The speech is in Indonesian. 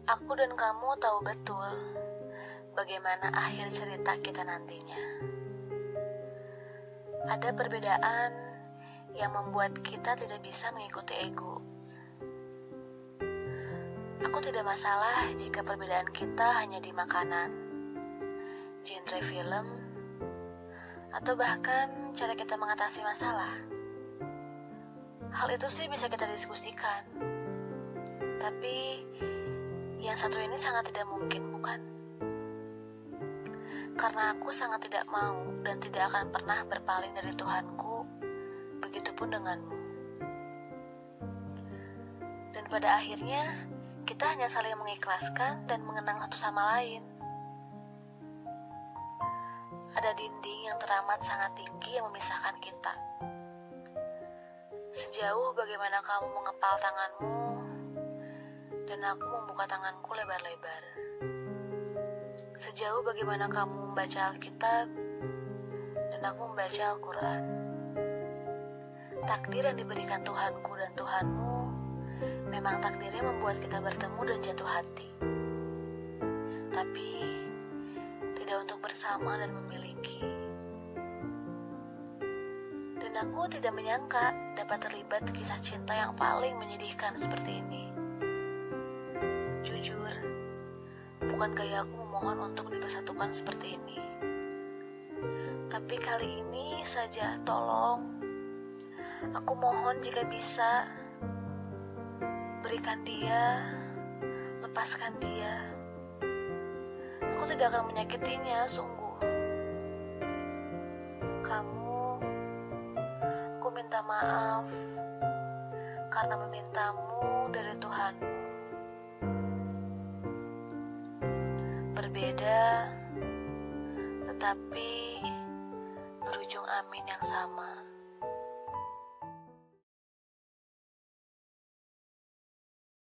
Aku dan kamu tahu betul bagaimana akhir cerita kita nantinya. Ada perbedaan yang membuat kita tidak bisa mengikuti ego. Aku tidak masalah jika perbedaan kita hanya di makanan, genre film, atau bahkan cara kita mengatasi masalah. Hal itu sih bisa kita diskusikan. Tapi yang satu ini sangat tidak mungkin, bukan? Karena aku sangat tidak mau dan tidak akan pernah berpaling dari Tuhanku, begitupun denganmu. Dan pada akhirnya, kita hanya saling mengikhlaskan dan mengenang satu sama lain. Ada dinding yang teramat sangat tinggi yang memisahkan kita. Sejauh bagaimana kamu mengepal tanganmu, dan aku membuka tanganku lebar-lebar. Sejauh bagaimana kamu membaca Alkitab, dan aku membaca Al-Quran. Takdir yang diberikan Tuhanku dan Tuhanmu, memang takdirnya membuat kita bertemu dan jatuh hati. Tapi, tidak untuk bersama dan memiliki. Dan aku tidak menyangka dapat terlibat kisah cinta yang paling menyedihkan seperti ini. Jujur, bukan gaya aku memohon untuk dipersatukan seperti ini. Tapi kali ini saja tolong, aku mohon jika bisa, berikan dia, lepaskan dia. Aku tidak akan menyakitinya, sungguh. Kamu, aku minta maaf karena memintamu dari Tuhanmu. Berbeda, tetapi berujung amin yang sama.